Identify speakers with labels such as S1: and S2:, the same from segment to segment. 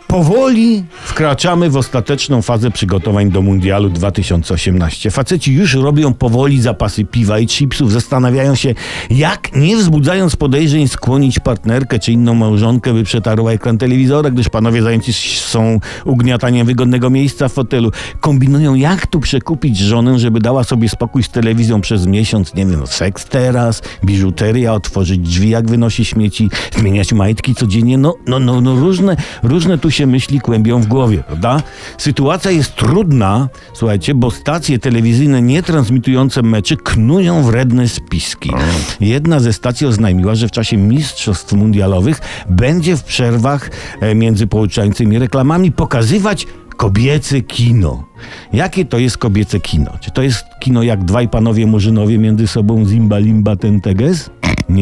S1: Powoli wkraczamy w ostateczną fazę przygotowań do Mundialu 2018. Faceci już robią powoli zapasy piwa i chipsów, zastanawiają się, jak nie wzbudzając podejrzeń skłonić partnerkę czy inną małżonkę, by przetarła ekran telewizora, gdyż panowie zajęci są ugniataniem wygodnego miejsca w fotelu. Kombinują, jak tu przekupić żonę, żeby dała sobie spokój z telewizją przez miesiąc, nie wiem, seks teraz, biżuteria, otworzyć drzwi, jak wynosi śmieci, zmieniać majtki codziennie, różne tu się myśli kłębią w głowie, prawda? Sytuacja jest trudna, słuchajcie, bo stacje telewizyjne nie transmitujące meczy knują wredne spiski. Jedna ze stacji oznajmiła, że w czasie mistrzostw mundialowych będzie w przerwach między pouczającymi reklamami pokazywać kobiece kino. Jakie to jest kobiece kino? Czy to jest kino jak dwaj panowie murzynowie między sobą zimba limba ten teges? Nie.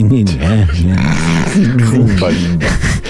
S2: Zimba limba.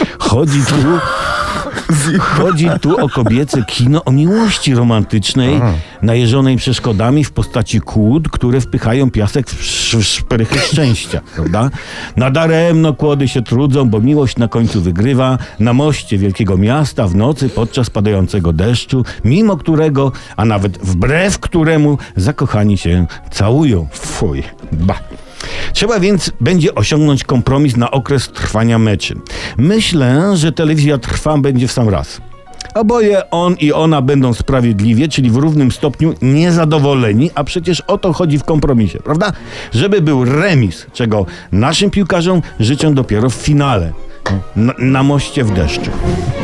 S1: Chodzi tu o kobiece kino, o miłości romantycznej, najeżonej przeszkodami w postaci kłód, które wpychają piasek w szprychy szczęścia, prawda? Nadaremno kłody się trudzą, bo miłość na końcu wygrywa, na moście wielkiego miasta w nocy podczas padającego deszczu, mimo którego, a nawet wbrew któremu zakochani się całują. Fuj, ba. Trzeba więc będzie osiągnąć kompromis na okres trwania meczy. Myślę, że telewizja trwa będzie w sam raz. Oboje on i ona będą sprawiedliwie, czyli w równym stopniu niezadowoleni, a przecież o to chodzi w kompromisie, prawda? Żeby był remis, czego naszym piłkarzom życzę dopiero w finale, na moście w deszczu.